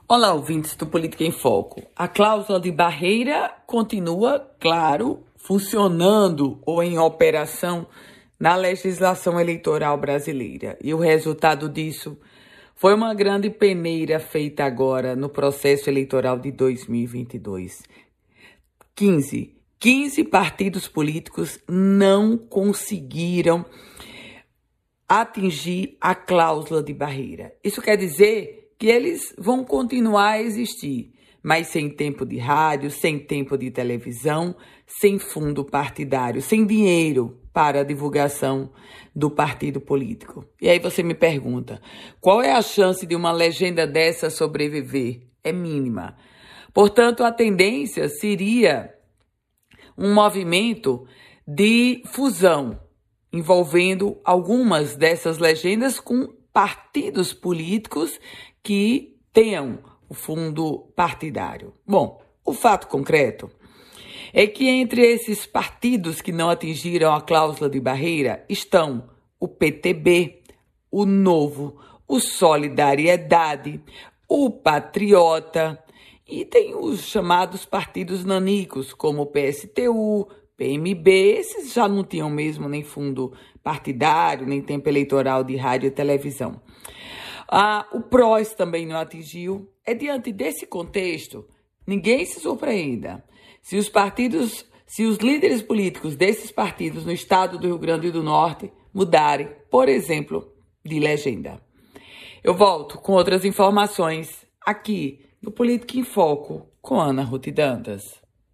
Olá, ouvintes do Política em Foco. A cláusula de barreira continua, claro, funcionando ou em operação na legislação eleitoral brasileira. E o resultado disso foi uma grande peneira feita agora no processo eleitoral de 2022. 15 partidos políticos não conseguiram atingir a cláusula de barreira. Isso quer dizer que eles vão continuar a existir, mas sem tempo de rádio, sem tempo de televisão, sem fundo partidário, sem dinheiro para a divulgação do partido político. E aí você me pergunta, qual é a chance de uma legenda dessa sobreviver? É mínima. Portanto, a tendência seria um movimento de fusão, envolvendo algumas dessas legendas com partidos políticos que tenham o fundo partidário. Bom, o fato concreto é que entre esses partidos que não atingiram a cláusula de barreira estão o PTB, o Novo, o Solidariedade, o Patriota e tem os chamados partidos nanicos, como o PSTU, PMB, esses já não tinham mesmo nem fundo partidário, nem tempo eleitoral de rádio e televisão. O PROS também não atingiu. Diante desse contexto, ninguém se surpreenda se os líderes políticos desses partidos no estado do Rio Grande do Norte mudarem, por exemplo, de legenda. Eu volto com outras informações aqui no Política em Foco com Ana Ruth Dantas.